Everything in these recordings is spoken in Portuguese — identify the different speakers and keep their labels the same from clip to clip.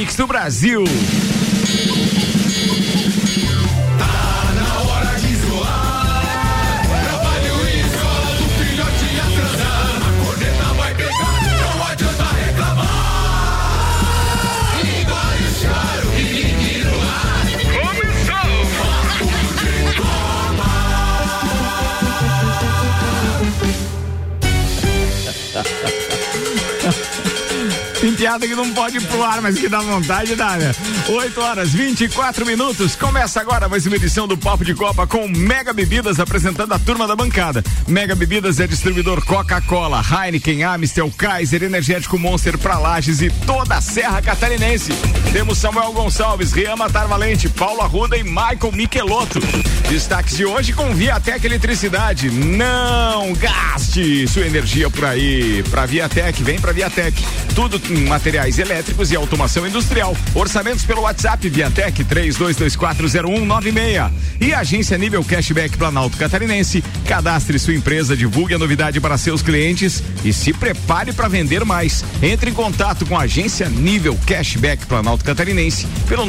Speaker 1: Mix do Brasil. Tem piada que não pode ir pro ar, mas que dá vontade, dá, né? 8h24. Começa agora mais uma edição do Papo de Copa com Mega Bebidas, apresentando a turma da bancada. Mega Bebidas é distribuidor Coca-Cola, Heineken, Amstel, Kaiser, Energético Monster pra Lages e toda a Serra Catarinense. Temos Samuel Gonçalves, Rian Matar Valente, Paulo Arruda e Michael Michelotto. Destaques de hoje com Viatec Eletricidade. Não gaste sua energia por aí. Pra Viatec, vem pra Viatec. Tudo em materiais elétricos e automação industrial. Orçamentos pelo WhatsApp Viatec 32240196. E Agência Nível Cashback Planalto Catarinense. Cadastre sua empresa, divulgue a novidade para seus clientes e se prepare para vender mais. Entre em contato com a Agência Nível Cashback Planalto Catarinense pelo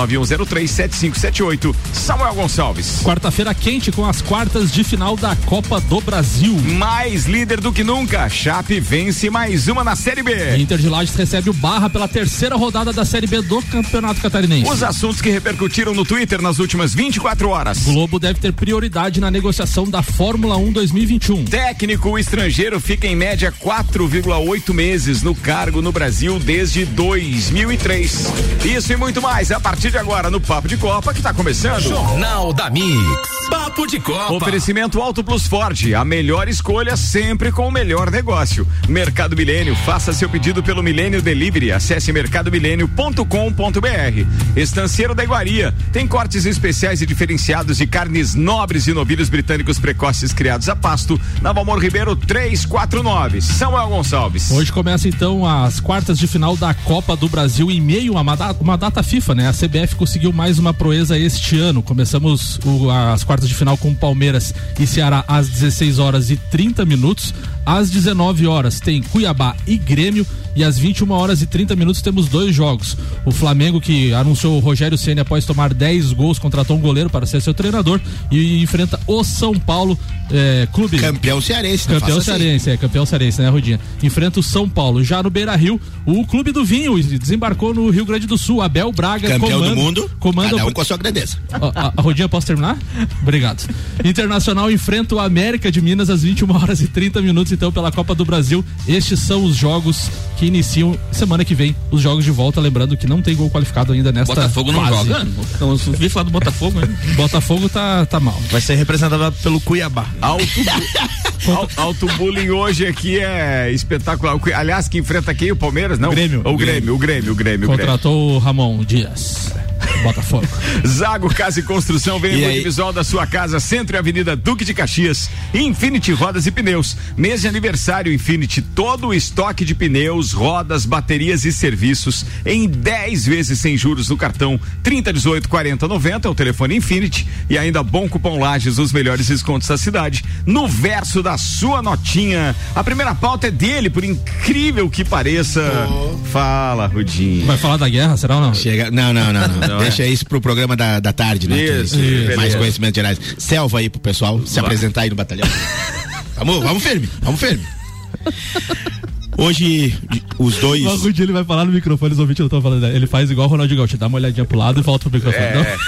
Speaker 1: 991037578. Samuel Gonçalves.
Speaker 2: Quarta-feira quente com as quartas de final da Copa do Brasil.
Speaker 1: Mais líder do que nunca, Chape vence mais uma na Série B.
Speaker 2: Inter de Lages recebe o Barra pela terceira rodada da Série B do Campeonato Catarinense.
Speaker 1: Os assuntos que repercutiram no Twitter nas últimas 24 horas.
Speaker 2: Globo deve ter prioridade na negociação da Fórmula 1 2021.
Speaker 1: Técnico estrangeiro fica em média 4,8 meses no cargo no Brasil desde 2003. Isso e muito mais a partir de agora no Papo de Copa, que está começando.
Speaker 3: Jornal da Mix. Papo de Copa.
Speaker 1: Oferecimento Auto Plus Ford, a melhor escolha sempre com o melhor negócio. Mercado Milênio, faça seu pedido pelo Milênio Delivery, acesse mercadomilênio.com.br. Estancieiro da Iguaria, tem cortes especiais e diferenciados de carnes nobres e novilhos britânicos precoces criados a pasto, na Valmor Ribeiro 349. Samuel Gonçalves.
Speaker 2: Hoje começa então as quartas de final da Copa do Brasil em meio a uma data FIFA, né? A CBF conseguiu mais uma proeza este ano. Começamos as quartas de final com Palmeiras e Ceará às 16h30. Às 19h tem Cuiabá e Grêmio e às 21h30 temos dois jogos. O Flamengo, que anunciou o Rogério Ceni após tomar 10 gols, contratou um goleiro para ser seu treinador e enfrenta o São Paulo Clube.
Speaker 4: Campeão cearense.
Speaker 2: Campeão cearense, campeão cearense, né, Rudinha? Enfrenta o São Paulo. Já no Beira-Rio, o Clube do Vinho desembarcou no Rio Grande do Sul. Abel Braga,
Speaker 4: campeão do mundo, cada um com a sua grandeza.
Speaker 2: A Rudinha, posso terminar? Obrigado. Internacional enfrenta o América de Minas às 21h30, então, pela Copa do Brasil. Estes são os jogos que iniciam semana que vem, os jogos de volta, lembrando que não tem gol qualificado ainda nesta
Speaker 5: Botafogo não
Speaker 2: fase.
Speaker 5: joga. Então, vi falar do Botafogo, né?
Speaker 2: Botafogo tá mal.
Speaker 5: Vai ser representado pelo Cuiabá.
Speaker 1: Alto bullying hoje aqui é espetacular. Aliás, que enfrenta quem? O Palmeiras? Não? O Grêmio.
Speaker 2: Contratou o Ramon Dias. Botafogo.
Speaker 1: Zago Casa e Construção, vem no visual da sua casa, Centro e Avenida Duque de Caxias. Infinity Rodas e Pneus, mês de aniversário Infinity, todo o estoque de pneus, rodas, baterias e serviços em 10 vezes sem juros no cartão 3018-4090, é o telefone Infinity, e ainda bom cupom Lages, os melhores descontos da cidade, no verso da sua notinha. A primeira pauta é dele, por incrível que pareça. Fala, Rudinho.
Speaker 2: Vai falar da guerra, será ou não?
Speaker 4: Chega, não. Deixa isso pro programa da tarde, né?
Speaker 1: Isso,
Speaker 4: mais conhecimentos gerais. Selva aí pro pessoal se apresentar aí no batalhão. Vamos firme. Hoje, os dois.
Speaker 2: Algum dia ele vai falar no microfone, os ouvintes não estão falando. Ele faz igual o Ronaldinho Gaúcho, dá uma olhadinha pro lado e volta pro microfone.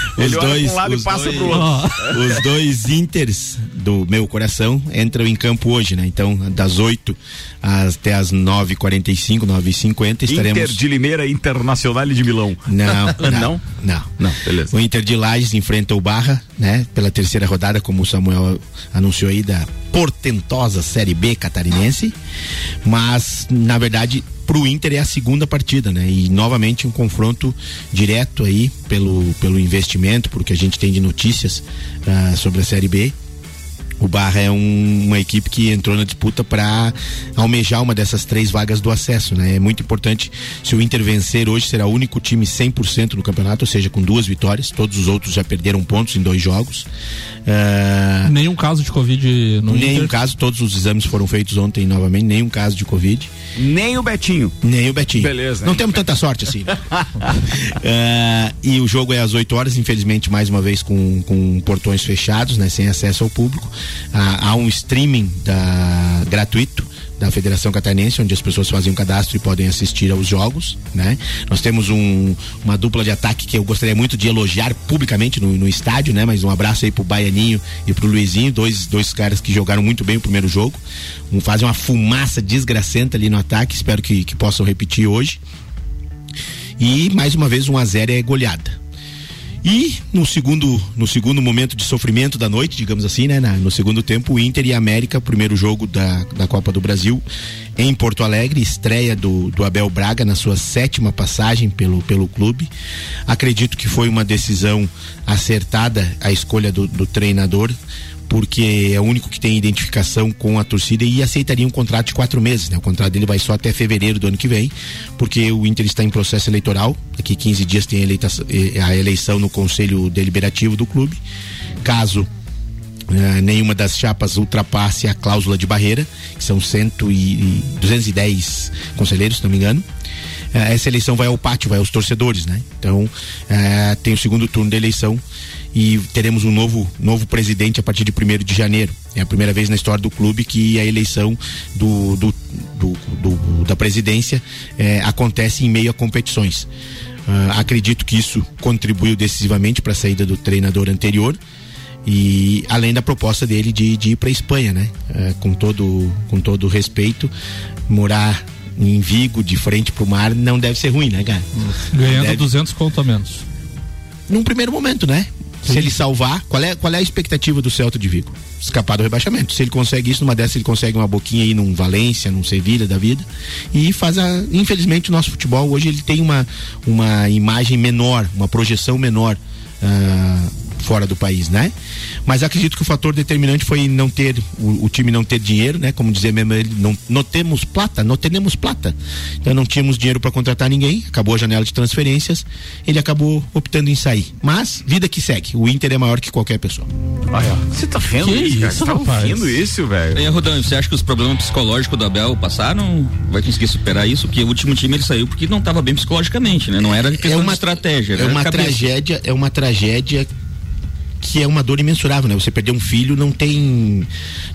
Speaker 4: Os dois Inters do meu coração entram em campo hoje, né? Então, das 8 até as 9h45, 9h50 estaremos.
Speaker 1: Inter de Limeira, Internacional de Milão.
Speaker 4: Não,
Speaker 1: beleza.
Speaker 4: O Inter de Lages enfrenta o Barra, né? Pela terceira rodada, como o Samuel anunciou aí, da portentosa Série B catarinense, mas na verdade pro Inter é a segunda partida, né? E novamente um confronto direto aí pelo investimento, porque a gente tem de notícias sobre a Série B. O Barra é uma equipe que entrou na disputa para almejar uma dessas 3 vagas do acesso, né? É muito importante. Se o Inter vencer hoje, será o único time 100% no campeonato, ou seja, com 2 vitórias. Todos os outros já perderam pontos em 2 jogos.
Speaker 2: Nenhum caso de Covid no Inter?
Speaker 4: Nenhum caso, todos os exames foram feitos ontem novamente, nenhum caso de Covid.
Speaker 1: Nem o Betinho.
Speaker 4: Nem o Betinho.
Speaker 1: Beleza.
Speaker 4: Não temos tanta sorte assim. E o jogo é às 8 horas, infelizmente, mais uma vez com portões fechados, né? Sem acesso ao público. Há um streaming gratuito da Federação Catarinense, onde as pessoas fazem um cadastro e podem assistir aos jogos, né? Nós temos uma dupla de ataque que eu gostaria muito de elogiar publicamente no estádio, né? Mas um abraço aí pro Baianinho e pro Luizinho, dois caras que jogaram muito bem o primeiro jogo, fazem uma fumaça desgracenta ali no ataque, espero que possam repetir hoje. E mais uma vez 1-0 é goleada. E no segundo momento de sofrimento da noite, digamos assim, né? No segundo tempo, o Inter e a América, primeiro jogo da Copa do Brasil em Porto Alegre, estreia do Abel Braga na sua 7ª passagem pelo clube. Acredito que foi uma decisão acertada a escolha do treinador, porque é o único que tem identificação com a torcida e aceitaria um contrato de 4 meses, né? O contrato dele vai só até fevereiro do ano que vem, porque o Inter está em processo eleitoral. Daqui 15 dias tem a eleição no Conselho Deliberativo do clube. Caso nenhuma das chapas ultrapasse a cláusula de barreira, que são 210 conselheiros, se não me engano, essa eleição vai ao pátio, vai aos torcedores, né? Então tem o segundo turno da eleição e teremos um novo presidente a partir de 1º de janeiro. É a primeira vez na história do clube que a eleição da presidência acontece em meio a competições. Acredito que isso contribuiu decisivamente para a saída do treinador anterior, e além da proposta dele de ir para a Espanha, né? Com todo respeito, morar em Vigo, de frente pro mar, não deve ser ruim, né, cara?
Speaker 2: Ganhando 200 conto a menos.
Speaker 4: Num primeiro momento, né? Sim. Se ele salvar, qual é a expectativa do Celta de Vigo? Escapar do rebaixamento. Se ele consegue isso, numa dessas ele consegue uma boquinha aí num Valência, num Sevilha da vida, e infelizmente o nosso futebol hoje ele tem uma imagem menor, uma projeção menor fora do país, né? Mas acredito que o fator determinante foi não ter o time não ter dinheiro, né? Como dizia mesmo ele, não temos plata. Então não tínhamos dinheiro para contratar ninguém, acabou a janela de transferências, ele acabou optando em sair. Mas vida que segue, o Inter é maior que qualquer pessoa.
Speaker 1: Você tá vendo isso, cara? Você tá ouvindo isso, velho?
Speaker 5: E Rodão, você acha que os problemas psicológicos do Abel passaram? Vai conseguir superar isso? Porque o último time ele saiu porque não estava bem psicologicamente, né? Não era questão de estratégia.
Speaker 4: É uma tragédia que é uma dor imensurável, né? Você perder um filho não tem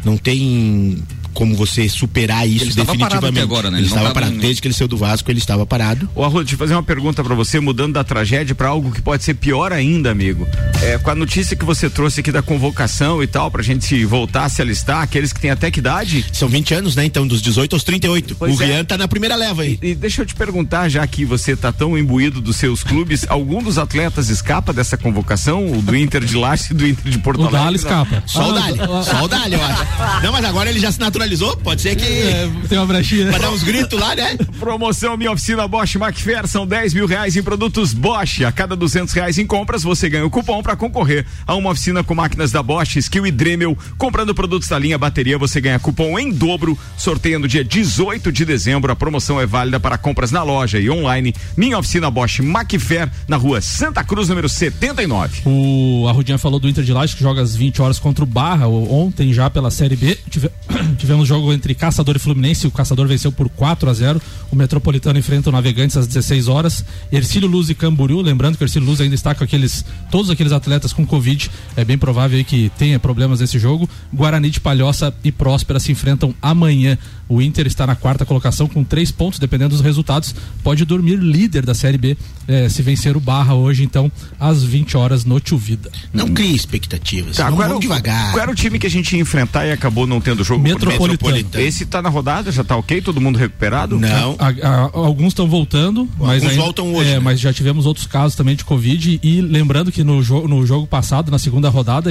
Speaker 4: como você superar isso definitivamente.
Speaker 5: Agora, né?
Speaker 4: Ele estava parado. Desde que ele saiu do Vasco, ele estava parado.
Speaker 1: Ô Arruda, deixa eu fazer uma pergunta pra você, mudando da tragédia pra algo que pode ser pior ainda, amigo. Com a notícia que você trouxe aqui da convocação e tal, pra gente voltar a se alistar, aqueles que têm até que idade?
Speaker 4: São 20 anos, né? Então, dos 18 aos 38. O Rian tá na primeira leva aí.
Speaker 1: E deixa eu te perguntar, já que você tá tão imbuído dos seus clubes, algum dos atletas escapa dessa convocação? O do Inter de Lages e do Inter de Porto Alegre?
Speaker 2: O Dali escapa.
Speaker 4: Só o Dali, eu acho. Não, mas agora ele já se naturalizou, pode ser que
Speaker 2: tem uma brechinha, né?
Speaker 4: Vai dar uns gritos lá, né?
Speaker 1: Promoção Minha Oficina Bosch Macfer, são 10 mil reais em produtos Bosch. A cada R$200 em compras, você ganha o cupom para concorrer a uma oficina com máquinas da Bosch, Skill e Dremel. Comprando produtos da linha bateria, você ganha cupom em dobro. Sorteio no dia 18 de dezembro. A promoção é válida para compras na loja e online. Minha Oficina Bosch Macfer, na rua Santa Cruz, número 79.
Speaker 2: O Arrudinha falou do Inter de Lages, que joga às 20 horas contra o Barra, ontem já pela Série B. Tivemos jogo entre Caçador e Fluminense, o Caçador venceu por 4-0, o Metropolitano enfrenta o Navegantes às 16 horas, Hercílio Luz e Camboriú, lembrando que o Hercílio Luz ainda está com todos aqueles atletas com Covid, é bem provável aí que tenha problemas nesse jogo. Guarani de Palhoça e Próspera se enfrentam amanhã. O Inter está na 4ª colocação com 3 pontos, dependendo dos resultados, pode dormir líder da Série B se vencer o Barra hoje, então, às 20 horas no Tio Vida.
Speaker 4: Não crie expectativas,
Speaker 1: vamos devagar. Qual era o time que a gente ia enfrentar e acabou não tendo jogo?
Speaker 2: Metropolitano.
Speaker 1: Esse tá na rodada, já tá ok? Todo mundo recuperado?
Speaker 4: Não.
Speaker 2: Alguns estão voltando, mas
Speaker 4: alguns voltam hoje, né?
Speaker 2: Mas já tivemos outros casos também de Covid, e lembrando que no jogo passado, na segunda rodada,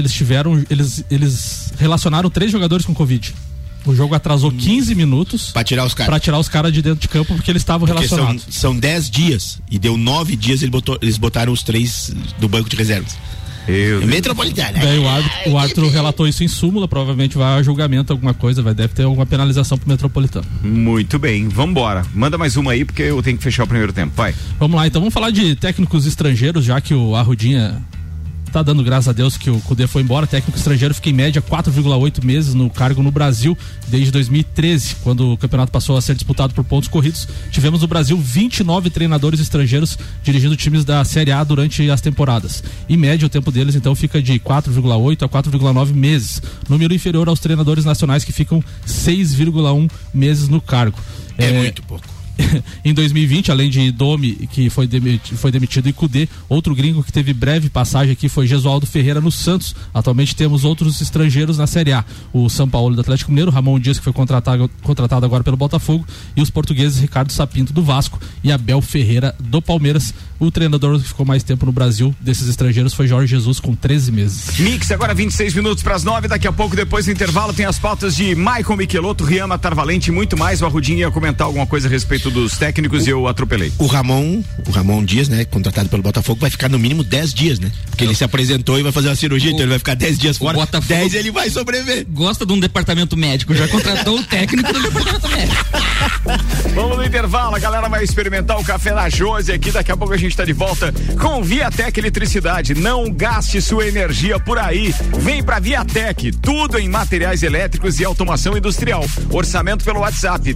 Speaker 2: eles relacionaram 3 jogadores com Covid. O jogo atrasou 15 minutos
Speaker 4: pra tirar os caras
Speaker 2: de dentro de campo, porque eles estavam relacionados.
Speaker 4: São 10 dias e deu 9 dias, eles botaram os 3 do banco de reservas. Metropolitano.
Speaker 2: O árbitro relatou isso em súmula, provavelmente vai a julgamento, alguma coisa, deve ter alguma penalização pro Metropolitano.
Speaker 1: Muito bem, vambora. Manda mais uma aí, porque eu tenho que fechar o primeiro tempo, vai.
Speaker 2: Vamos lá, então vamos falar de técnicos estrangeiros, já que o Arrudinha tá dando graças a Deus que o Cudê foi embora. Técnico estrangeiro fica em média 4,8 meses no cargo no Brasil desde 2013, quando o campeonato passou a ser disputado por pontos corridos. Tivemos no Brasil 29 treinadores estrangeiros dirigindo times da Série A durante as temporadas. Em média, o tempo deles então fica de 4,8 a 4,9 meses, número inferior aos treinadores nacionais que ficam 6,1 meses no cargo.
Speaker 4: É muito pouco.
Speaker 2: Em 2020, além de Domi, que foi demitido, e Cudê, outro gringo que teve breve passagem aqui foi Gesualdo Ferreira no Santos. Atualmente temos outros estrangeiros na Série A: o São Paulo do Atlético Mineiro, Ramon Dias, que foi contratado agora pelo Botafogo, e os portugueses Ricardo Sapinto do Vasco e Abel Ferreira do Palmeiras. O treinador que ficou mais tempo no Brasil desses estrangeiros foi Jorge Jesus, com 13 meses.
Speaker 1: Mix, agora 26 minutos para as 9. Daqui a pouco, depois do intervalo, tem as pautas de Maicon Michelotto, Rian Matarvalente e muito mais. O Arrudinho ia comentar alguma coisa a respeito dos técnicos e eu atropelei.
Speaker 4: O Ramon Dias, né, contratado pelo Botafogo, vai ficar no mínimo 10 dias, né? Porque ele se apresentou e vai fazer uma cirurgia, então ele vai ficar 10 dias fora.
Speaker 5: Botafogo
Speaker 4: 10 ele vai sobreviver.
Speaker 5: Gosta de um departamento médico, já contratou o técnico do departamento médico.
Speaker 1: Vamos no intervalo, a galera vai experimentar o café da Josi aqui, daqui a pouco a gente tá de volta com Viatec Eletricidade. Não gaste sua energia por aí. Vem pra Viatec, tudo em materiais elétricos e automação industrial. Orçamento pelo WhatsApp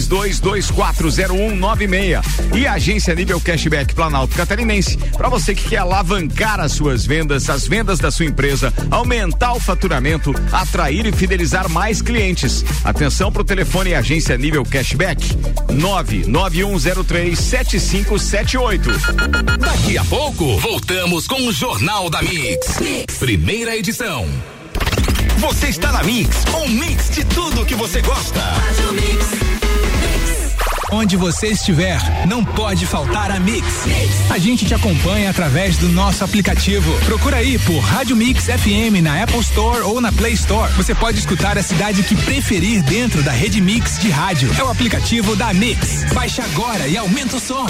Speaker 1: 32240196. E Agência Nível Cashback Planalto Catarinense, pra você que quer alavancar as suas vendas, as vendas da sua empresa, aumentar o faturamento, atrair e fidelizar mais clientes. Atenção pro telefone Agência Nível Cashback 991037578.
Speaker 3: Daqui a pouco, voltamos com o Jornal da Mix. Primeira edição. Você está na Mix, um mix de tudo que você gosta.
Speaker 6: Onde você estiver, não pode faltar a Mix. A gente te acompanha através do nosso aplicativo. Procura aí por Rádio Mix FM na Apple Store ou na Play Store. Você pode escutar a cidade que preferir dentro da rede Mix de rádio. É o aplicativo da Mix. Baixe agora e aumenta o som.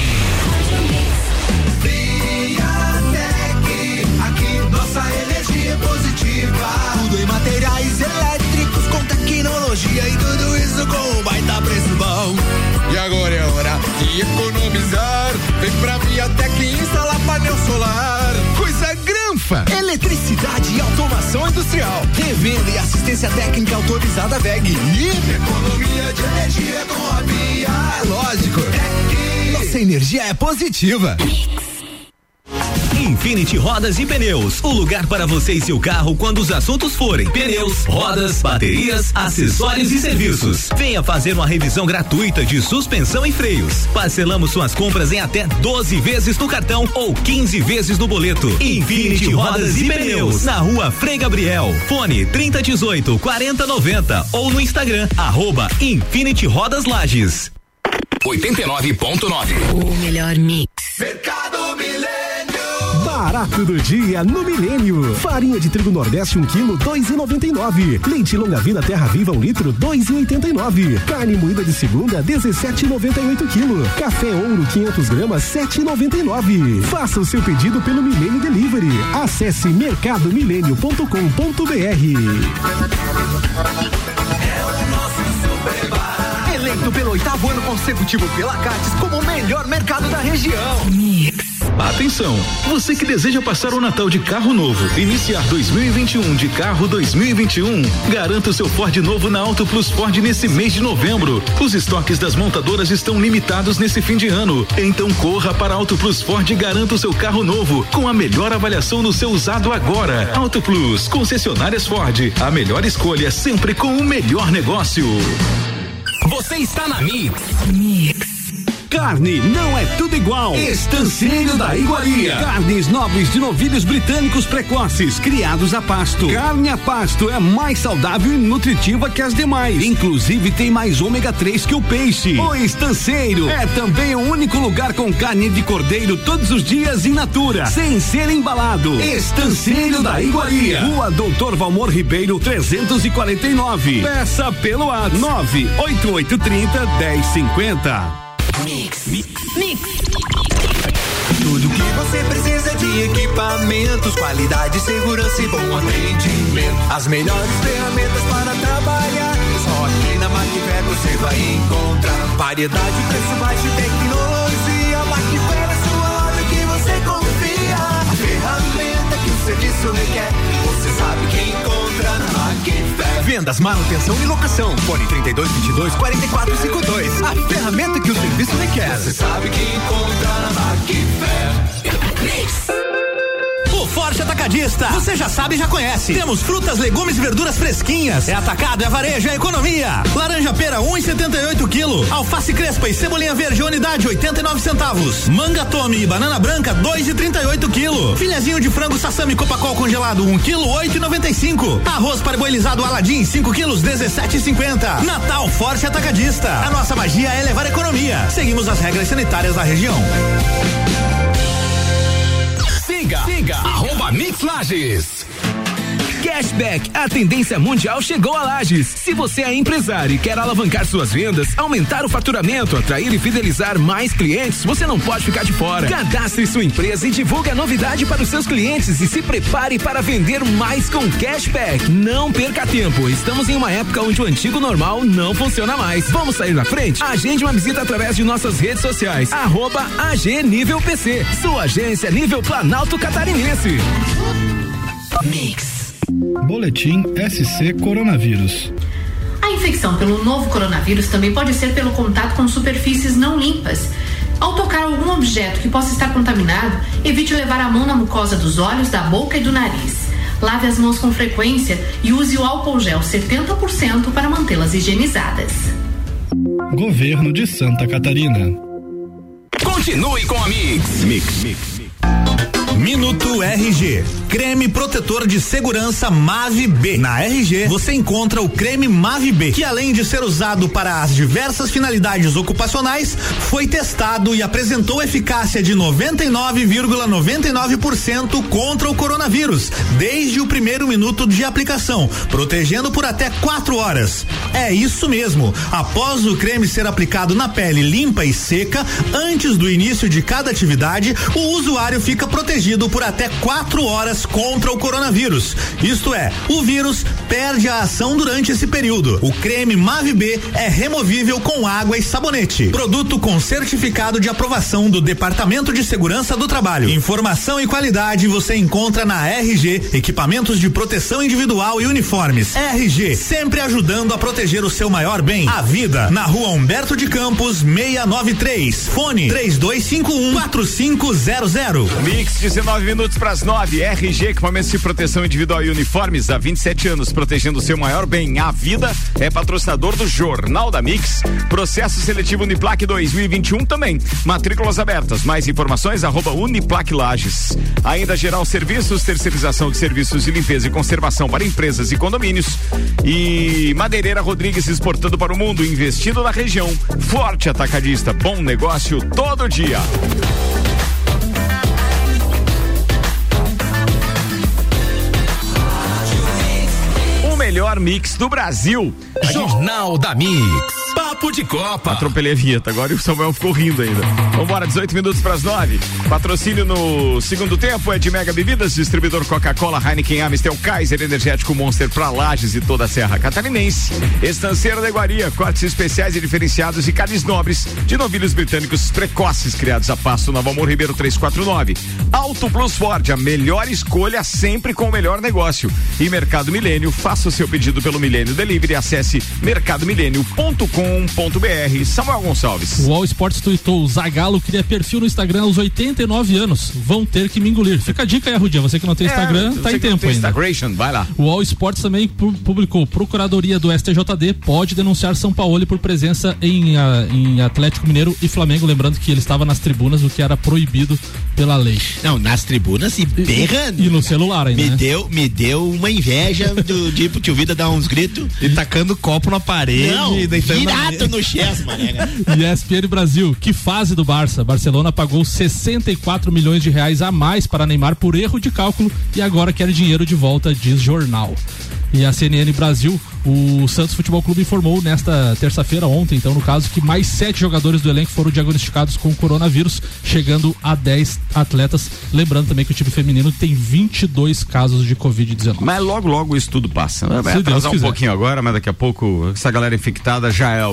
Speaker 7: Aqui nossa energia é positiva. Tudo em materiais elétricos com tecnologia e tudo isso com um baita preço bom. E agora é hora de economizar. Vem pra Viatec e instalar painel solar. Coisa granfa! Eletricidade e automação industrial. Revenda e assistência técnica autorizada VEG. E economia de energia com a Via. É lógico. Nossa energia é positiva.
Speaker 3: Infinity Rodas e Pneus, o lugar para você e seu carro quando os assuntos forem pneus, rodas, baterias, acessórios e serviços. Venha fazer uma revisão gratuita de suspensão e freios. Parcelamos suas compras em até 12 vezes no cartão ou 15 vezes no boleto. Infinity Rodas e Pneus, na Rua Frei Gabriel. Fone 3018-4090 ou no Instagram @Infinity Rodas Lages. 89.9.
Speaker 8: O melhor mix.
Speaker 7: Mercado Milênio.
Speaker 9: Barato do dia no Milênio. Farinha de trigo Nordeste 1 kg, 2,99. Leite longa vida Terra Viva 1 litro, 2,89. Carne moída de segunda, 17,98 kg. Café Ouro 500 gramas, 7,99. Faça o seu pedido pelo Milênio Delivery. Acesse mercadomilênio.com.br.
Speaker 7: Eleito pelo 8º ano consecutivo pela Cates como o melhor mercado da região.
Speaker 8: Mix.
Speaker 10: Atenção, você que deseja passar o Natal de carro novo, iniciar 2021 de carro 2021, garanta o seu Ford novo na Auto Plus Ford nesse mês de novembro. Os estoques das montadoras estão limitados nesse fim de ano, então corra para a Auto Plus Ford e garanta o seu carro novo com a melhor avaliação no seu usado agora. Auto Plus, concessionárias Ford, a melhor escolha sempre com o melhor negócio.
Speaker 3: Você está na Mix.
Speaker 8: Mix.
Speaker 11: Carne não é tudo igual.
Speaker 3: Estanceiro da Iguaria.
Speaker 11: Carnes nobres de novilhos britânicos precoces, criados a pasto. Carne a pasto é mais saudável e nutritiva que as demais. Inclusive tem mais ômega 3 que o peixe. O Estanceiro é também o único lugar com carne de cordeiro todos os dias in natura, sem ser embalado.
Speaker 3: Estanceiro da Iguaria.
Speaker 11: Rua Doutor Valmor Ribeiro 349. Peça pelo WhatsApp 98830-1050.
Speaker 8: Mix. Mix. Mix.
Speaker 7: Tudo que você precisa de equipamentos, qualidade, segurança e bom atendimento. As melhores ferramentas para trabalhar, só aqui na Macfer você vai encontrar. Variedade, preço baixo e tecnologia. Macfer é sua loja que você confia. A ferramenta que o serviço requer, você sabe que encontra na Macfé.
Speaker 12: Vendas, manutenção e locação. Fone 3222-4452. A ferramenta que o serviço requer.
Speaker 7: Você sabe que encontra na Macfé.
Speaker 3: O Forte Atacadista, você já sabe e já conhece. Temos frutas, legumes e verduras fresquinhas. É atacado, é varejo, é economia. Laranja pera 1,78 quilo. Alface crespa e cebolinha verde unidade 89 centavos. Manga tome e banana branca 2,38 quilo. Filezinho de frango sassami Copacol congelado 1 quilo 8,95. Arroz parboilizado Aladim 5 quilos 17,50. Natal Forte Atacadista. A nossa magia é levar economia. Seguimos as regras sanitárias da região.
Speaker 12: Siga @Mix Lages. Cashback, a tendência mundial chegou a Lages. Se você é empresário e quer alavancar suas vendas, aumentar o faturamento, atrair e fidelizar mais clientes, você não pode ficar de fora. Cadastre sua empresa e divulgue a novidade para os seus clientes e se prepare para vender mais com Cashback. Não perca tempo, estamos em uma época onde o antigo normal não funciona mais. Vamos sair na frente? Agende uma visita através de nossas redes sociais, @AG Nível PC, sua agência nível Planalto Catarinense.
Speaker 8: Mix.
Speaker 13: Boletim SC Coronavírus.
Speaker 14: A infecção pelo novo coronavírus também pode ser pelo contato com superfícies não limpas. Ao tocar algum objeto que possa estar contaminado, evite levar a mão na mucosa dos olhos, da boca e do nariz. Lave as mãos com frequência e use o álcool gel 70% para mantê-las higienizadas.
Speaker 13: Governo de Santa Catarina.
Speaker 12: Continue com a Mix.
Speaker 3: Minuto RG. Creme protetor de segurança Mave B. Na RG, você encontra o creme Mave B, que além de ser usado para as diversas finalidades ocupacionais, foi testado e apresentou eficácia de 99,99% contra o coronavírus, desde o primeiro minuto de aplicação, protegendo por até 4 horas. É isso mesmo. Após o creme ser aplicado na pele limpa e seca, antes do início de cada atividade, o usuário fica protegido por até 4 horas contra o coronavírus. Isto é, o vírus perde a ação durante esse período. O creme Mave B é removível com água e sabonete. Produto com certificado de aprovação do Departamento de Segurança do Trabalho. Informação e qualidade você encontra na RG, equipamentos de proteção individual e uniformes. RG, sempre ajudando a proteger o seu maior bem, a vida. Na Rua Humberto de Campos, 693. Fone 3251-4500.
Speaker 1: Mix 19 minutos para as 9. RG, equipamentos de proteção individual e uniformes há 27 anos, protegendo o seu maior bem, a vida. É patrocinador do Jornal da Mix. Processo seletivo Uniplac 2021 também. Matrículas abertas. Mais informações @Uniplac Lages. Ainda Geral Serviços, terceirização de serviços de limpeza e conservação para empresas e condomínios. E Madeireira Rodrigues, exportando para o mundo, investindo na região. Forte Atacadista, bom negócio todo dia. Melhor mix do Brasil.
Speaker 12: Jornal da Mix. Papo de Copa.
Speaker 1: Atropelei a vinheta agora e o Samuel ficou rindo ainda. Vambora, 18 minutos para as 9. Patrocínio no segundo tempo é de Mega Bebidas, distribuidor Coca-Cola, Heineken, Amstel, Kaiser, Energético Monster para Lages e toda a Serra Catarinense. Estanceira da Iguaria, cortes especiais e diferenciados e carnes nobres de novilhos britânicos precoces criados a pasto, Nova Amor Ribeiro 349. Auto Plus Ford, a melhor escolha sempre com o melhor negócio. E Mercado Milênio, faça o seu pedido pelo Milênio Delivery, acesse mercadomilênio.com.br. Samuel Gonçalves.
Speaker 2: O All Sports tuitou: Zagallo cria perfil no Instagram aos 89 anos. Vão ter que me engolir. Fica a dica aí, Rudinha. Você que não tem Instagram, tá em tempo ainda.
Speaker 1: Vai lá.
Speaker 2: O All Sports também publicou: Procuradoria do STJD pode denunciar São Paulo por presença em Atlético Mineiro e Flamengo. Lembrando que ele estava nas tribunas, o que era proibido pela lei.
Speaker 4: Não, nas tribunas e berrando.
Speaker 2: E no celular ainda.
Speaker 4: Me deu uma inveja do tipo tio Vida dar uns gritos.
Speaker 15: E tacando copo na parede.
Speaker 4: Não, virado no chess, mané.
Speaker 2: ESPN Brasil, que fase do Barça. Barcelona pagou 64 milhões de reais a mais para Neymar por erro de cálculo e agora quer dinheiro de volta, diz jornal. E a CNN Brasil, o Santos Futebol Clube informou nesta terça-feira, ontem, então, no caso, que mais 7 jogadores do elenco foram diagnosticados com coronavírus, chegando a 10 atletas. Lembrando também que o time feminino tem 22 casos de Covid-19.
Speaker 1: Mas logo isso tudo passa. Vai atrasar um pouquinho agora, mas daqui a pouco essa galera infectada já é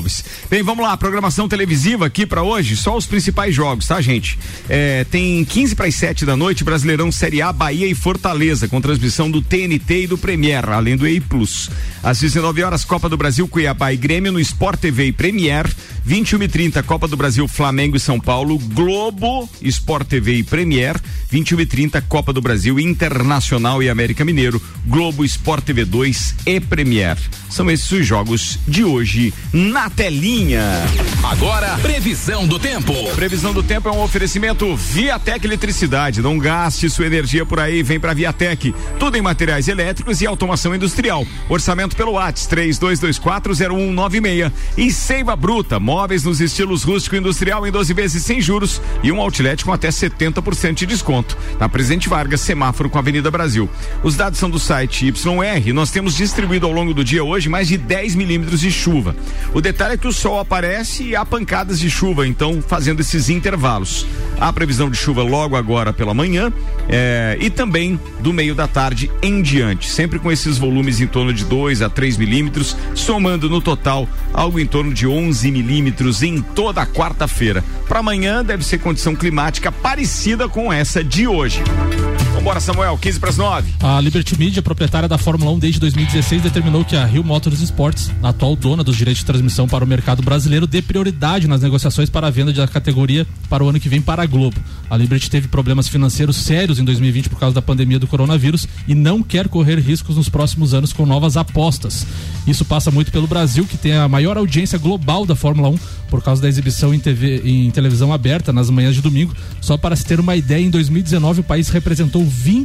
Speaker 1: Alves. Bem, vamos lá, programação televisiva aqui pra hoje, só os principais jogos, tá, gente? Tem 6:15 da noite, Brasileirão Série A, Bahia e Fortaleza, com transmissão do TNT e do Premier, além do EI Plus. Às 19 horas, Copa do Brasil, Cuiabá e Grêmio no Sport TV e Premier. 21h30, Copa do Brasil, Flamengo e São Paulo, Globo, Sport TV e Premier. 21h30, Copa do Brasil, Internacional e América Mineiro, Globo, Sport TV 2 e Premier. São esses os jogos de hoje na telinha.
Speaker 12: Agora, previsão do tempo.
Speaker 1: Previsão do tempo é um oferecimento Viatec Eletricidade. Não gaste sua energia por aí, vem pra Viatec. Tudo em materiais elétricos e automação industrial. Orçamento pelo WhatsApp 32240196. E Seiva Bruta, móveis nos estilos rústico e industrial em 12 vezes sem juros e um outlet com até 70% de desconto. Na Presidente Vargas, semáforo com a Avenida Brasil. Os dados são do site YR. Nós temos distribuído ao longo do dia hoje mais de 10 milímetros de chuva. O detalhe é que o sol aparece e há pancadas de chuva, então fazendo esses intervalos. Há previsão de chuva logo agora pela manhã e também do meio da tarde em diante, sempre com esses volumes em torno de 2 a 3 milímetros, somando no total algo em torno de 11 milímetros em toda a quarta-feira. Para amanhã deve ser condição climática parecida com essa de hoje. Vambora, Samuel, 8:45.
Speaker 2: A Liberty Media, proprietária da Fórmula 1 desde 2016, determinou que a Rio Motorsports, a atual dona dos direitos de transmissão para o mercado brasileiro, dê prioridade nas negociações para a venda da categoria para o ano que vem para a Globo. A Liberty teve problemas financeiros sérios em 2020 por causa da pandemia do coronavírus e não quer correr riscos nos próximos anos com novas apostas. Isso passa muito pelo Brasil, que tem a maior audiência global da Fórmula 1 por causa da exibição em televisão aberta nas manhãs de domingo. Só para se ter uma ideia, em 2019 o país representou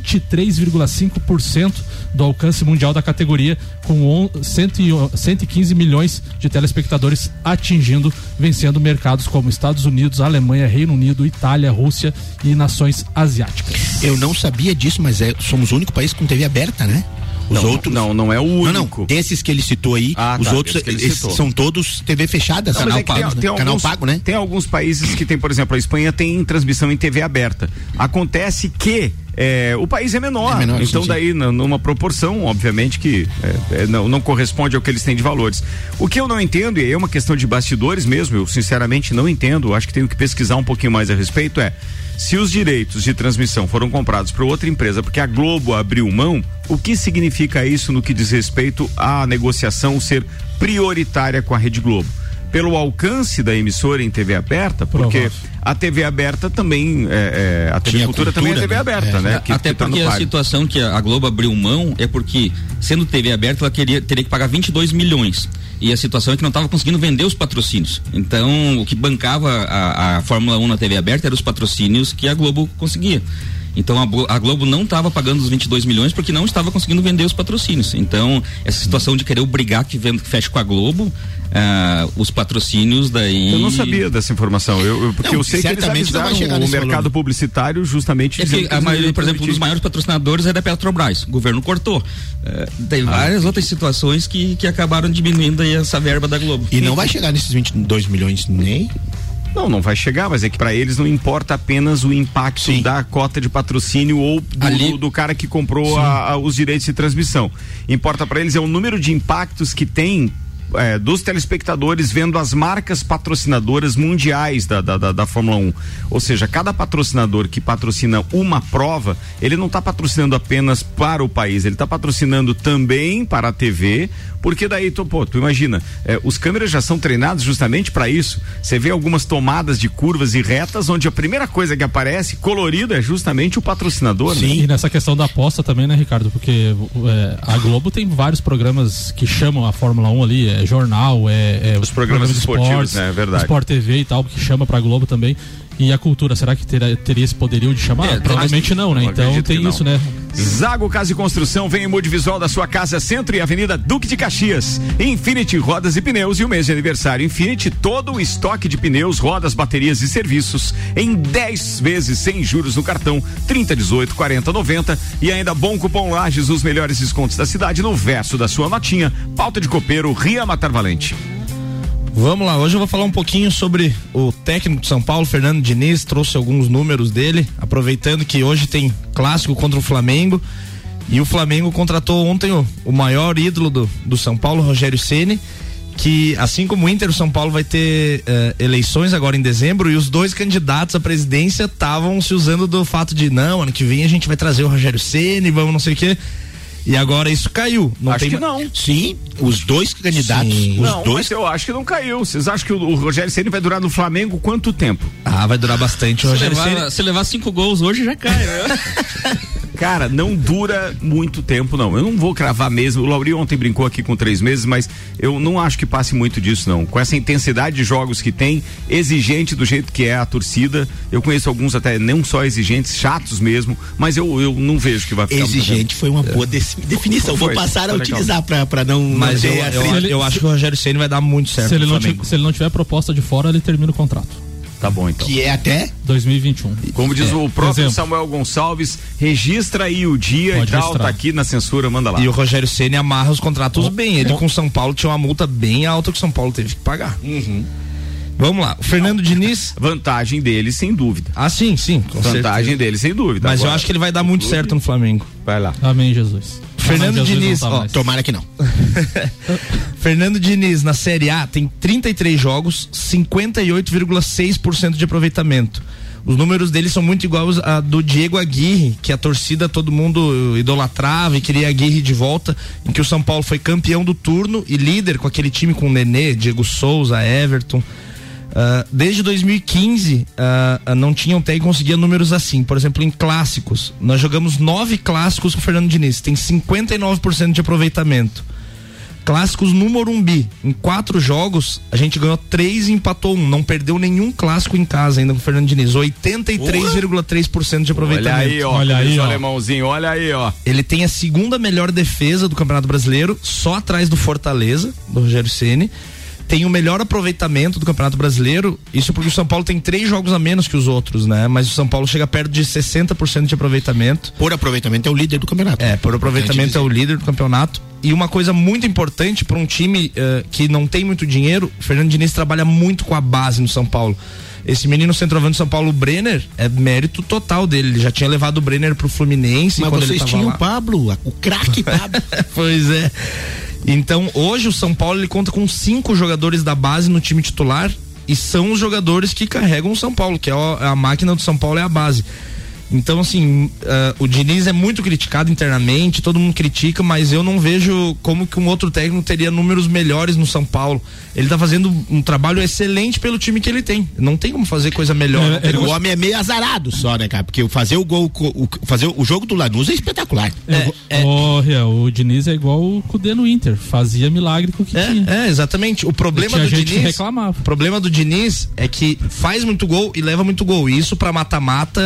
Speaker 2: 23,5% do alcance mundial da categoria, com 115 milhões de telespectadores vencendo mercados como Estados Unidos, Alemanha, Reino Unido, Itália, Rússia e nações asiáticas.
Speaker 4: Eu não sabia disso, mas somos o único país com TV aberta, né? Os outros
Speaker 1: não é o único.
Speaker 4: Não, desses que ele citou aí, os outros são todos TV fechada, canal pago, né?
Speaker 1: Tem alguns países que tem, por exemplo, a Espanha tem transmissão em TV aberta. Acontece que o país é menor, então sim. Daí numa proporção, obviamente que não corresponde ao que eles têm de valores. O que eu não entendo, e é uma questão de bastidores mesmo, eu sinceramente não entendo, acho que tenho que pesquisar um pouquinho mais a respeito, se os direitos de transmissão foram comprados por outra empresa porque a Globo abriu mão, o que significa isso no que diz respeito à negociação ser prioritária com a Rede Globo? Pelo alcance da emissora em TV aberta, porque a TV aberta também, a TV Cultura também é TV aberta, né?
Speaker 5: Até porque a situação que a Globo abriu mão é porque, sendo TV aberta, ela teria que pagar 22 milhões. E a situação é que não estava conseguindo vender os patrocínios. Então, o que bancava a Fórmula 1 na TV aberta eram os patrocínios que a Globo conseguia. Então a Globo não estava pagando os 22 milhões porque não estava conseguindo vender os patrocínios. Então, essa situação de querer obrigar que feche com a Globo, os patrocínios daí...
Speaker 1: Eu não sabia dessa informação, porque eu sei que eles avisaram o mercado publicitário justamente
Speaker 5: dizendo que a maioria, por exemplo, um dos maiores patrocinadores é da Petrobras, o governo cortou. Tem várias outras situações que acabaram diminuindo aí essa verba da Globo.
Speaker 4: E não vai chegar nesses 22 milhões nem...
Speaker 1: Não vai chegar, mas é que para eles não importa apenas o impacto da cota de patrocínio ou do cara que comprou os direitos de transmissão. Importa para eles o número de impactos que tem dos telespectadores vendo as marcas patrocinadoras mundiais da Fórmula 1. Ou seja, cada patrocinador que patrocina uma prova, ele não está patrocinando apenas para o país, ele está patrocinando também para a TV, porque daí, tu imagina, os câmeras já são treinados justamente para isso. Você vê algumas tomadas de curvas e retas onde a primeira coisa que aparece colorida é justamente o patrocinador.
Speaker 2: Sim, né? E nessa questão da aposta também, né, Ricardo? Porque a Globo tem vários programas que chamam a Fórmula 1 ali, jornal,
Speaker 1: os programas esportivos, esportes, né? É verdade.
Speaker 2: Sport TV e tal, que chama pra Globo também. E a Cultura, será que teria esse poderio de chamar? Provavelmente não, né? Então tem isso, né?
Speaker 1: Zago Casa e Construção vem em Multivisual da sua casa, Centro e Avenida Duque de Caxias. Infinity Rodas e Pneus e o mês de aniversário Infinity, todo o estoque de pneus, rodas, baterias e serviços em 10 vezes sem juros no cartão 30, 18, 40, 90 e ainda bom cupom Lages, os melhores descontos da cidade no verso da sua notinha. Pauta de copeiro, Ria Matar Valente.
Speaker 15: Vamos lá, hoje eu vou falar um pouquinho sobre o técnico de São Paulo, Fernando Diniz, trouxe alguns números dele, aproveitando que hoje tem clássico contra o Flamengo, e o Flamengo contratou ontem o maior ídolo do São Paulo, Rogério Ceni, que assim como o Inter, o São Paulo vai ter eleições agora em dezembro e os dois candidatos à presidência estavam se usando do fato de não, ano que vem a gente vai trazer o Rogério Ceni, vamos não sei o quê. E agora isso caiu.
Speaker 1: Acho que não.
Speaker 4: Sim, os dois candidatos.
Speaker 1: Mas eu acho que não caiu. Vocês acham que o Rogério Ceni vai durar no Flamengo quanto tempo?
Speaker 15: Vai durar bastante. O Rogério Ceni...
Speaker 5: Se levar 5 gols hoje já cai, né?
Speaker 1: Cara, não dura muito tempo, não. Eu não vou cravar mesmo. O Lauri ontem brincou aqui com 3 meses, mas eu não acho que passe muito disso, não. Com essa intensidade de jogos que tem, exigente do jeito que é a torcida. Eu conheço alguns até não só exigentes, chatos mesmo, mas eu não vejo que vai ficar.
Speaker 4: Exigente foi uma boa definição. Vou passar a utilizar pra não.
Speaker 15: Mas eu acho que o Rogério Ceni vai dar muito certo.
Speaker 2: Se ele não tiver proposta de fora, ele termina o contrato.
Speaker 1: Tá bom, então.
Speaker 4: Que é até
Speaker 2: 2021.
Speaker 1: Como diz o próprio Samuel Gonçalves, registra aí o dia e tal, tá aqui na censura, manda lá.
Speaker 15: E o Rogério Ceni amarra os contratos bem. Ele com o São Paulo tinha uma multa bem alta que o São Paulo teve que pagar. Vamos lá, o Fernando Diniz.
Speaker 1: Vantagem dele, sem dúvida.
Speaker 15: Sim.
Speaker 1: Vantagem dele, sem dúvida.
Speaker 15: Mas agora, eu acho que ele vai dar muito certo no Flamengo.
Speaker 1: Vai lá.
Speaker 2: Amém, Jesus.
Speaker 15: Fernando Diniz,
Speaker 4: tomara que não.
Speaker 15: Fernando Diniz na Série A tem 33 jogos, 58,6% de aproveitamento. Os números dele são muito iguais a do Diego Aguirre, que a torcida todo mundo idolatrava e queria Aguirre de volta, em que o São Paulo foi campeão do turno e líder com aquele time com Nenê, Diego Souza, Everton. Desde 2015 não tinham até e conseguia números assim. Por exemplo, em clássicos, nós jogamos 9 clássicos com o Fernando Diniz, tem 59% de aproveitamento. Clássicos no Morumbi, em 4 jogos a gente ganhou 3 e empatou 1, não perdeu nenhum clássico em casa ainda com o Fernando Diniz, 83,3% de aproveitamento.
Speaker 1: Olha aí, ó. Alemãozinho, olha aí, ó.
Speaker 15: Ele tem a segunda melhor defesa do Campeonato Brasileiro, só atrás do Fortaleza, do Rogério Ceni. Tem o melhor aproveitamento do Campeonato Brasileiro, isso porque o São Paulo tem 3 jogos a menos que os outros, né? Mas o São Paulo chega perto de 60% de aproveitamento.
Speaker 4: Por aproveitamento é o líder do campeonato.
Speaker 15: Por aproveitamento é o líder do campeonato. E uma coisa muito importante para um time que não tem muito dinheiro, o Fernando Diniz trabalha muito com a base no São Paulo. Esse menino centroavante do São Paulo, o Brenner, é mérito total dele. Ele já tinha levado o Brenner pro Fluminense.
Speaker 4: Mas
Speaker 15: quando
Speaker 4: vocês
Speaker 15: ele
Speaker 4: tinham
Speaker 15: lá.
Speaker 4: o Pablo, o craque Pablo.
Speaker 15: Pois é. Então, hoje o São Paulo ele conta com 5 jogadores da base no time titular e são os jogadores que carregam o São Paulo, que é a máquina do São Paulo, é a base. Então, assim, o Diniz é muito criticado internamente, todo mundo critica, mas eu não vejo como que um outro técnico teria números melhores no São Paulo. Ele tá fazendo um trabalho excelente pelo time que ele tem. Não tem como fazer coisa melhor.
Speaker 4: O homem é meio azarado só, né, cara? Porque fazer o gol, fazer o jogo do Lanús é espetacular.
Speaker 2: O Diniz é igual o Cudê no Inter, fazia milagre com o que tinha.
Speaker 15: Exatamente. O problema do Diniz, reclamava. O problema do Diniz é que faz muito gol e leva muito gol. E isso pra mata-mata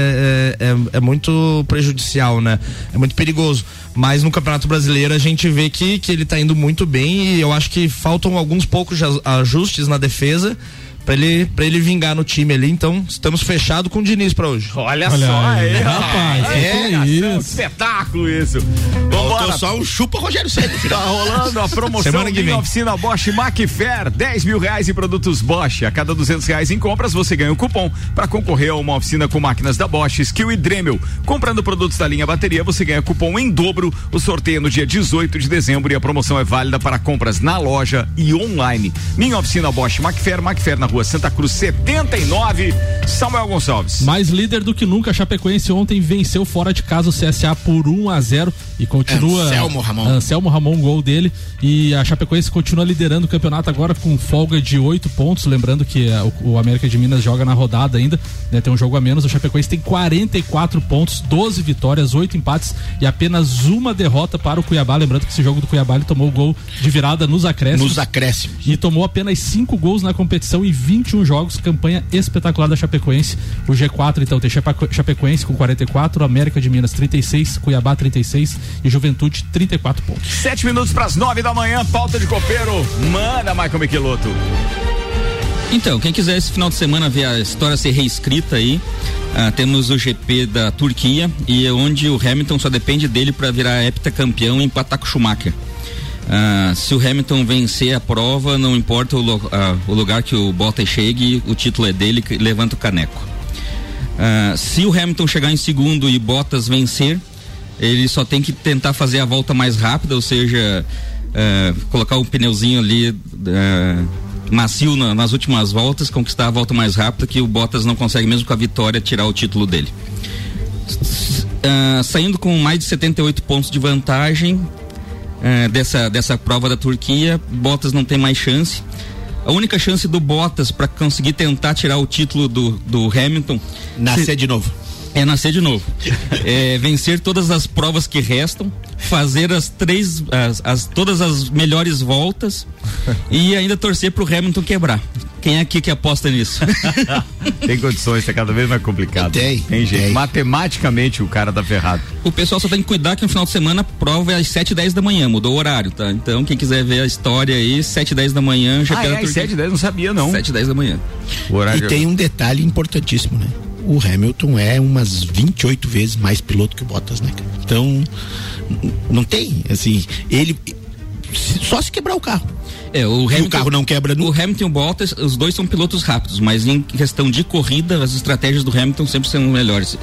Speaker 15: é muito prejudicial, né? É muito perigoso. Mas no Campeonato Brasileiro a gente vê que ele tá indo muito bem e eu acho que faltam alguns poucos ajustes na defesa pra ele vingar no time ali. Então estamos fechados com o Diniz pra hoje.
Speaker 1: Olha só aí,
Speaker 2: rapaz.
Speaker 1: Um espetáculo isso.
Speaker 4: Faltou só um chupa Rogério Ceni.
Speaker 1: Tá rolando a promoção de oficina Bosch Macfair, R$10 mil em produtos Bosch. A cada R$200 em compras você ganha um cupom para concorrer a uma oficina com máquinas da Bosch, Skill e Dremel. Comprando produtos da linha bateria você ganha cupom em dobro. O sorteio é no dia 18 de dezembro e a promoção é válida para compras na loja e online. Minha oficina Bosch Macfair na Rua Santa Cruz 79, Samuel Gonçalves.
Speaker 2: Mais líder do que nunca, a Chapecoense ontem venceu fora de casa o CSA por 1-0 e continua. Anselmo Ramon, gol dele, e a Chapecoense continua liderando o campeonato agora com folga de 8 pontos, lembrando que o América de Minas joga na rodada ainda, né, tem um jogo a menos. O Chapecoense tem 44 pontos, 12 vitórias, 8 empates e apenas uma derrota para o Cuiabá, lembrando que esse jogo do Cuiabá ele tomou o gol de virada nos acréscimos e tomou apenas 5 gols na competição e 21 jogos, campanha espetacular da Chapecoense. O G4 então tem Chapecoense com 44, América de Minas 36, Cuiabá 36 e Juventude 34 pontos.
Speaker 1: 7 minutos para as 9 da manhã, pauta de copeiro, manda Michael Michelotto.
Speaker 5: Então, quem quiser esse final de semana ver a história ser reescrita aí, temos o GP da Turquia e é onde o Hamilton só depende dele para virar heptacampeão e empatar com o Schumacher. Se o Hamilton vencer a prova, não importa o lugar que o Bottas chegue, o título é dele, que levanta o caneco. Se o Hamilton chegar em segundo e Bottas vencer, ele só tem que tentar fazer a volta mais rápida, ou seja, colocar o pneuzinho ali macio nas últimas voltas, conquistar a volta mais rápida, que o Bottas não consegue mesmo com a vitória tirar o título dele. Saindo com mais de 78 pontos de vantagem dessa prova da Turquia, Bottas não tem mais chance. A única chance do Bottas para conseguir tentar tirar o título do Hamilton
Speaker 4: nascer de novo.
Speaker 5: Nascer de novo. Vencer todas as provas que restam, fazer todas as melhores voltas e ainda torcer pro Hamilton quebrar. Quem é aqui que aposta nisso?
Speaker 1: Tem condições, tá cada vez mais complicado.
Speaker 4: Tem
Speaker 1: jeito. Matematicamente o cara tá ferrado.
Speaker 5: O pessoal só tem que cuidar que no final de semana a prova é às 7h10 da manhã, mudou o horário, tá? Então quem quiser ver a história aí, 7h10 da manhã, já quero.
Speaker 1: 7h10 não sabia não.
Speaker 5: 7h10 da manhã.
Speaker 4: O horário. E tem um detalhe importantíssimo, né? O Hamilton é umas 28 vezes mais piloto que o Bottas, né? Então, não tem, assim, ele só se quebrar o carro.
Speaker 5: O
Speaker 4: carro não quebra nunca.
Speaker 5: O Hamilton e o Bottas, os dois são pilotos rápidos, mas em questão de corrida, as estratégias do Hamilton sempre são melhores.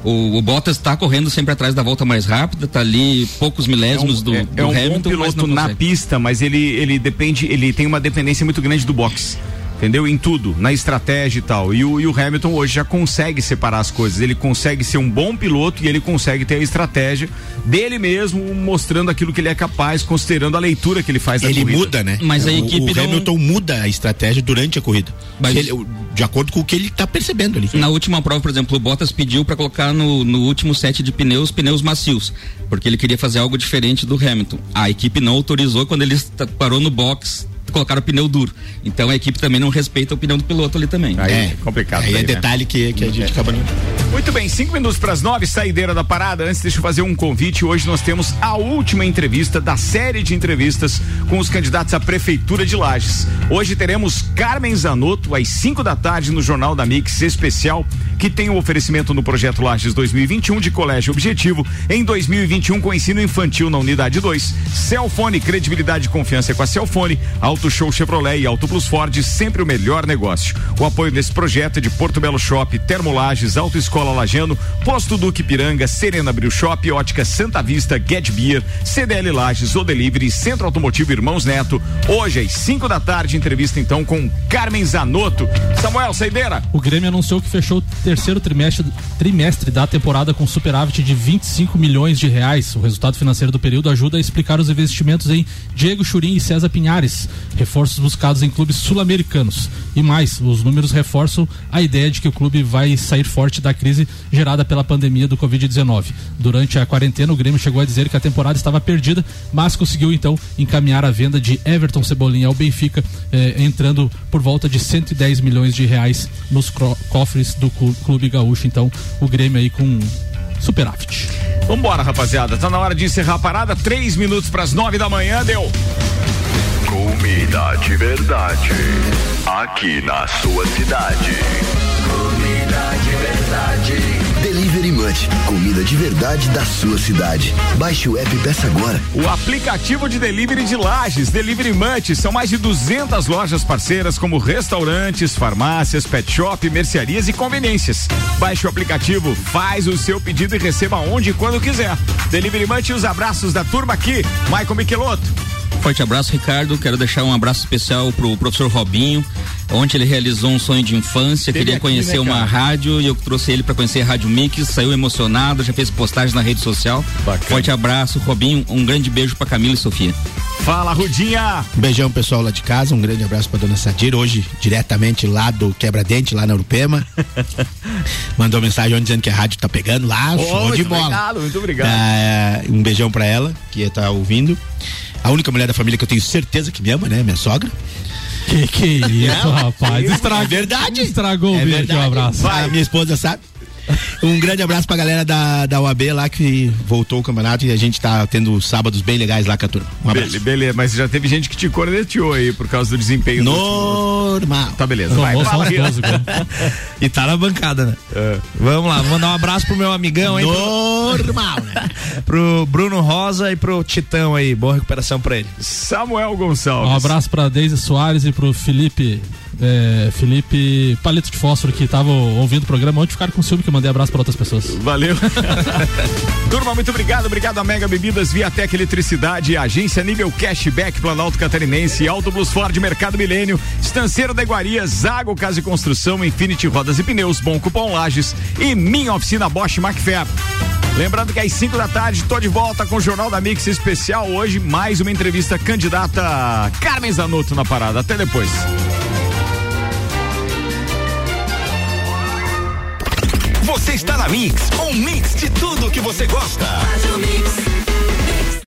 Speaker 5: O Bottas tá correndo sempre atrás da volta mais rápida, tá ali poucos milésimos do Hamilton.
Speaker 1: É um bom piloto na pista, mas ele tem uma dependência muito grande do boxe. Entendeu? Em tudo, na estratégia e tal. E o Hamilton hoje já consegue separar as coisas. Ele consegue ser um bom piloto e ele consegue ter a estratégia dele mesmo, mostrando aquilo que ele é capaz, considerando a leitura que ele faz da corrida. Ele
Speaker 4: muda, né?
Speaker 5: Mas a equipe
Speaker 4: o Hamilton muda a estratégia durante a corrida.
Speaker 5: Mas
Speaker 4: de acordo com o que ele tá percebendo ali.
Speaker 5: Na última prova, por exemplo, o Bottas pediu para colocar no último set de pneus macios, porque ele queria fazer algo diferente do Hamilton. A equipe não autorizou. Quando ele parou no box, colocaram o pneu duro. Então a equipe também não respeita o pneu do piloto ali também.
Speaker 1: Aí é complicado.
Speaker 4: Aí é detalhe, né? que a gente acaba não.
Speaker 1: Muito bem, 5 minutos para as 9, saideira da parada. Antes, deixa eu fazer um convite. Hoje nós temos a última entrevista da série de entrevistas com os candidatos à Prefeitura de Lages. Hoje teremos Carmen Zanotto às 5 da tarde no Jornal da Mix Especial, que tem o oferecimento no Projeto Lages 2021 de Colégio Objetivo em 2021 com ensino infantil na Unidade 2. Celfone, credibilidade e confiança com a Celfone. Auto Show Chevrolet e Auto Plus Ford, sempre o melhor negócio. O apoio desse projeto é de Porto Belo Shop, Termolages, Autoescola Lajano, Posto Duque Piranga, Serena Bril Shop, Ótica Santa Vista, Get Beer, CDL Lages, O Delivery, Centro Automotivo Irmãos Neto. Hoje às 5 da tarde, entrevista então com Carmen Zanotto. Samuel, saideira.
Speaker 2: O Grêmio anunciou que fechou o terceiro trimestre da temporada com superávit de 25 milhões de reais. O resultado financeiro do período ajuda a explicar os investimentos em Diego Churin e César Pinhares, reforços buscados em clubes sul-americanos. E mais, os números reforçam a ideia de que o clube vai sair forte da crise gerada pela pandemia do Covid-19. Durante a quarentena, o Grêmio chegou a dizer que a temporada estava perdida, mas conseguiu então encaminhar a venda de Everton Cebolinha ao Benfica, entrando por volta de 110 milhões de reais nos cofres do clube gaúcho. Então, o Grêmio aí com superávit.
Speaker 1: Vambora, rapaziada, tá na hora de encerrar a parada. 3 minutos para as 9 da manhã, deu.
Speaker 16: Comida de verdade, aqui na sua cidade. Comida de verdade. Delivery Munch, comida de verdade da sua cidade. Baixe o app e peça agora.
Speaker 1: O aplicativo de delivery de Lages, Delivery Munch, são mais de 200 lojas parceiras como restaurantes, farmácias, pet shop, mercearias e conveniências. Baixe o aplicativo, faz o seu pedido e receba onde e quando quiser. Delivery Munch e os abraços da turma aqui. Maicon Michelotto.
Speaker 5: Forte abraço, Ricardo. Quero deixar um abraço especial pro professor Robinho, onde ele realizou um sonho de infância. Queria aqui, conhecer uma rádio e eu trouxe ele para conhecer a Rádio Mix. Saiu emocionado, já fez postagem na rede social. Bacana. Forte abraço, Robinho. Um grande beijo para Camila e Sofia.
Speaker 1: Fala, Rudinha.
Speaker 4: Um beijão, pessoal lá de casa. Um grande abraço para dona Sadir, hoje diretamente lá do Quebra-Dente, lá na Urupema. Mandou mensagem ontem dizendo que a rádio tá pegando lá. Show de bola.
Speaker 1: Obrigado, muito obrigado.
Speaker 4: Um beijão para ela, que tá ouvindo. A única mulher da família que eu tenho certeza que me ama, né? Minha sogra.
Speaker 2: Que isso, rapaz.
Speaker 4: É verdade.
Speaker 2: Estragou o beijo, um abraço.
Speaker 4: A minha esposa sabe. Um grande abraço pra galera da UAB lá que voltou o campeonato e a gente tá tendo sábados bem legais lá com a turma. Um abraço.
Speaker 1: Beleza, mas já teve gente que te corneteou aí por causa do desempenho.
Speaker 4: Normal.
Speaker 1: Tá, beleza. Vai,
Speaker 15: e tá na bancada, né? Vamos lá, vou mandar um abraço pro meu amigão aí.
Speaker 4: Normal, né?
Speaker 15: Pro Bruno Rosa e pro Titão aí. Boa recuperação pra ele.
Speaker 1: Samuel Gonçalves.
Speaker 2: Um abraço pra Deise Soares e pro Felipe Palito de Fósforo, que tava ouvindo o programa. Onde ficaram com ciúme que eu mandei abraço pra outras pessoas.
Speaker 1: Valeu. Turma, muito obrigado. Obrigado a Mega Bebidas, Viatec Eletricidade, Agência Nível Cashback, Planalto Catarinense, Auto Plus Ford, Mercado Milênio, Estanceiro da Iguaria, Zago Casa e Construção, Infinity Rodas e Pneus, Bom Cupom Lages e Minha Oficina Bosch Macfer. Lembrando que às 5 da tarde tô de volta com o Jornal da Mix especial. Hoje mais uma entrevista candidata Carmen Zanotto na parada. Até depois.
Speaker 3: Você está na Mix, um mix de tudo que você gosta.
Speaker 7: Faz o mix.